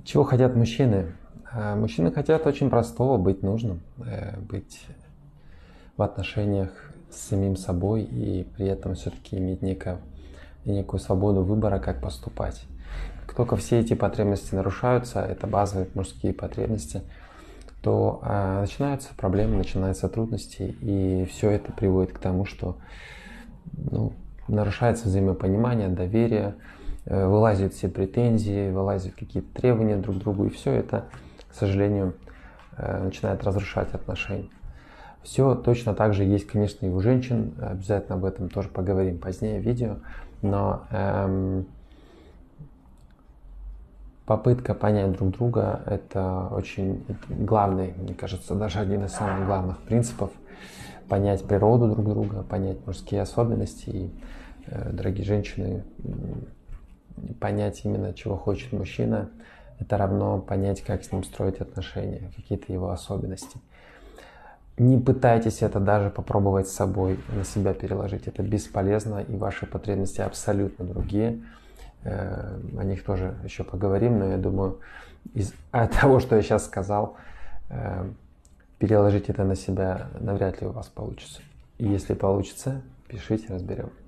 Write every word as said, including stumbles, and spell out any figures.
Чего хотят мужчины? А, Мужчины хотят очень простого — быть нужным, э, быть в отношениях с самим собой и при этом все-таки иметь некое, некую свободу выбора, как поступать. Как только все эти потребности нарушаются, это базовые мужские потребности, то а, начинаются проблемы, начинаются трудности, и все это приводит к тому, что ну, нарушается взаимопонимание, доверие, э, вылазят все претензии, вылазят какие-то требования друг к другу, и все это, к сожалению, э, начинает разрушать отношения. Все точно так же есть, конечно, и у женщин, обязательно об этом тоже поговорим позднее в видео, но эм, попытка понять друг друга — это очень главный, мне кажется, даже один из самых главных принципов. Понять природу друг друга, понять мужские особенности и, э, дорогие женщины, понять именно, чего хочет мужчина, это равно понять, как с ним строить отношения, какие-то его особенности. Не пытайтесь это даже попробовать с собой, на себя переложить. Это бесполезно, и ваши потребности абсолютно другие. О них тоже еще поговорим, но я думаю, из того, что я сейчас сказал, переложить это на себя навряд ли у вас получится. И если получится, пишите, разберем.